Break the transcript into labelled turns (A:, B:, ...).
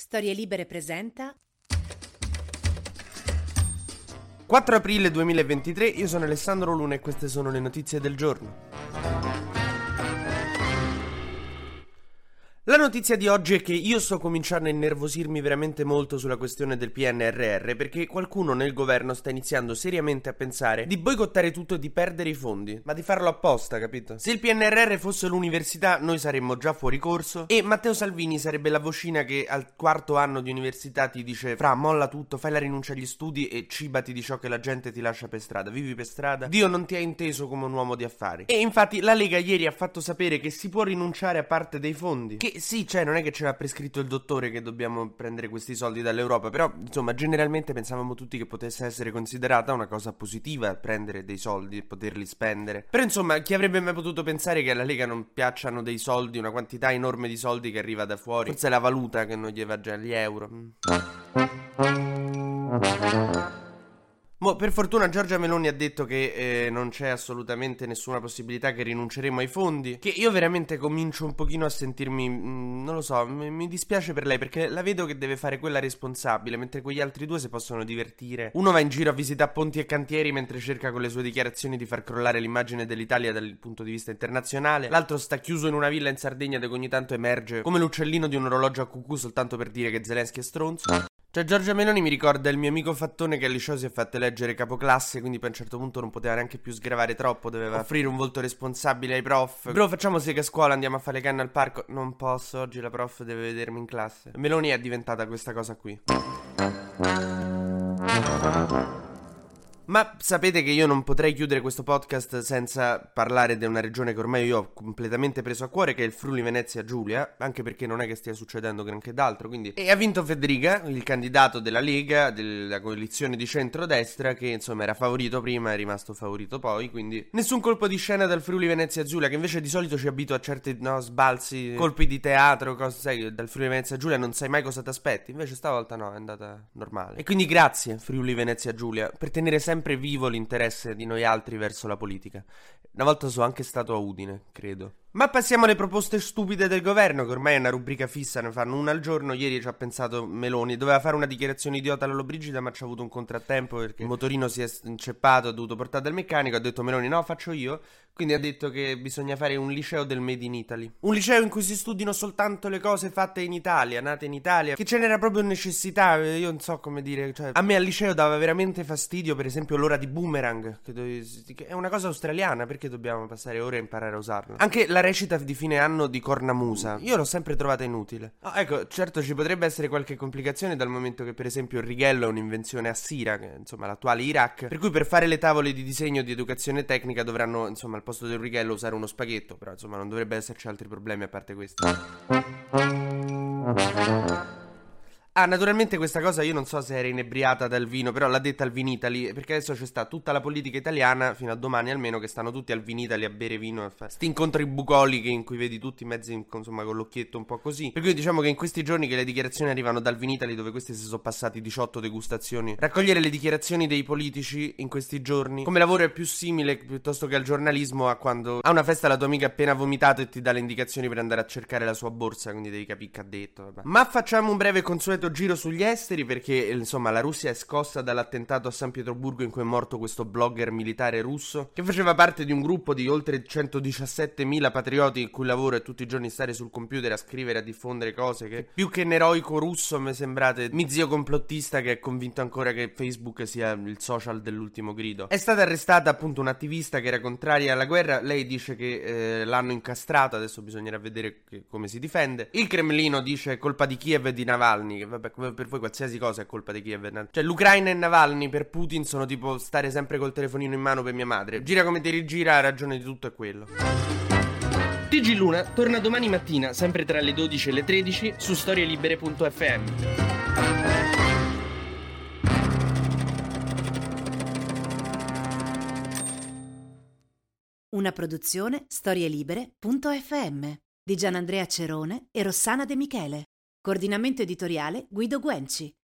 A: Storie Libere presenta
B: 4 aprile 2023, io sono Alessandro Luna e queste sono le notizie del giorno. La notizia di oggi è che io sto cominciando a innervosirmi veramente molto sulla questione del PNRR perché qualcuno nel governo sta iniziando seriamente a pensare di boicottare tutto e di perdere i fondi, ma di farlo apposta, capito? Se il PNRR fosse l'università noi saremmo già fuori corso e Matteo Salvini sarebbe la vocina che al quarto anno di università ti dice: fra, molla tutto, fai la rinuncia agli studi e cibati di ciò che la gente ti lascia per strada, vivi per strada, Dio non ti ha inteso come un uomo di affari. E infatti la Lega ieri ha fatto sapere che si può rinunciare a parte dei fondi, che sì, cioè non è che ce l'ha prescritto il dottore che dobbiamo prendere questi soldi dall'Europa, però insomma generalmente pensavamo tutti che potesse essere considerata una cosa positiva prendere dei soldi e poterli spendere. Però insomma, chi avrebbe mai potuto pensare che alla Lega non piacciono dei soldi, una quantità enorme di soldi che arriva da fuori? Forse è la valuta che non gli va già, gli euro. Per fortuna Giorgia Meloni ha detto che non c'è assolutamente nessuna possibilità che rinunceremo ai fondi, che io veramente comincio un pochino a sentirmi, non lo so, mi dispiace per lei perché la vedo che deve fare quella responsabile, mentre quegli altri due si possono divertire. Uno va in giro a visitare ponti e cantieri mentre cerca con le sue dichiarazioni di far crollare l'immagine dell'Italia dal punto di vista internazionale, l'altro sta chiuso in una villa in Sardegna dove ogni tanto emerge come l'uccellino di un orologio a cucù soltanto per dire che Zelensky è stronzo. Cioè Giorgia Meloni mi ricorda il mio amico Fattone che al liceo si è fatto eleggere capoclasse, quindi poi a un certo punto non poteva neanche più sgravare troppo, doveva offrire un volto responsabile ai prof. Bro, facciamo sì che a scuola andiamo a fare le canne al parco. Non posso, oggi la prof deve vedermi in classe. Meloni è diventata questa cosa qui. Ma sapete che io non potrei chiudere questo podcast senza parlare di una regione che ormai io ho completamente preso a cuore, che è il Friuli Venezia Giulia, anche perché non è che stia succedendo granché d'altro, quindi... E ha vinto Federica, il candidato della Lega, della coalizione di centrodestra, che insomma era favorito prima, è rimasto favorito poi, quindi... Nessun colpo di scena dal Friuli Venezia Giulia, che invece di solito ci abitua a certi, sbalzi, colpi di teatro, cose, sai, dal Friuli Venezia Giulia non sai mai cosa ti aspetti, invece stavolta no, è andata normale. E quindi grazie Friuli Venezia Giulia, per tenere sempre vivo l'interesse di noi altri verso la politica. Una volta sono anche stato a Udine, credo. Ma passiamo alle proposte stupide del governo, che ormai è una rubrica fissa, ne fanno una al giorno. Ieri ci ha pensato Meloni, doveva fare una dichiarazione idiota alla Lollobrigida, ma ci ha avuto un contrattempo perché il motorino si è inceppato, ha dovuto portare dal meccanico, ha detto Meloni no, faccio io. Quindi ha detto che bisogna fare un liceo del Made in Italy. Un liceo in cui si studino soltanto le cose fatte in Italia, nate in Italia, che ce n'era proprio necessità, io non so come dire, cioè a me al liceo dava veramente fastidio, per esempio l'ora di boomerang, che è una cosa australiana, perché dobbiamo passare ore a imparare a usarla? Anche la recita di fine anno di cornamusa, io l'ho sempre trovata inutile. Ecco, certo ci potrebbe essere qualche complicazione dal momento che per esempio il righello è un'invenzione assira, che insomma l'attuale Iraq, per cui per fare le tavole di disegno di educazione tecnica dovranno insomma al posto del righello usare uno spaghetto, però insomma non dovrebbe esserci altri problemi a parte questo. Naturalmente questa cosa io non so se era inebriata dal vino, però l'ha detta al Vinitaly, perché adesso c'è sta tutta la politica italiana, fino a domani almeno, che stanno tutti al Vinitaly a bere vino e sti incontri bucoliche in cui vedi tutti mezzi, insomma, con l'occhietto un po' così. Per cui diciamo che in questi giorni che le dichiarazioni arrivano dal Vinitaly, dove questi si sono passati 18 degustazioni, raccogliere le dichiarazioni dei politici in questi giorni come lavoro è più simile piuttosto che al giornalismo a quando a una festa la tua amica ha appena vomitato e ti dà le indicazioni per andare a cercare la sua borsa, quindi devi capire che ha detto, vabbè. Ma facciamo un breve consueto giro sugli esteri perché insomma la Russia è scossa dall'attentato a San Pietroburgo in cui è morto questo blogger militare russo che faceva parte di un gruppo di oltre 117.000 patrioti il cui lavoro è tutti i giorni stare sul computer a scrivere, a diffondere cose che più che un eroico russo mi sembrate mi zio complottista che è convinto ancora che Facebook sia il social dell'ultimo grido. È stata arrestata appunto un'attivista che era contraria alla guerra, lei dice che l'hanno incastrato, adesso bisognerà vedere come si difende. Il Cremlino dice colpa di Kiev e di Navalny, che vabbè per voi qualsiasi cosa è colpa di Kiev. Cioè l'Ucraina e Navalny per Putin sono tipo stare sempre col telefonino in mano per mia madre. Gira come ti rigira, la ragione di tutto è quello. TG Luna torna domani mattina, sempre tra le 12 e le 13, su storielibere.fm.
A: Una produzione storielibere.fm di Gianandrea Cerone e Rossana De Michele. Coordinamento editoriale Guido Guenci.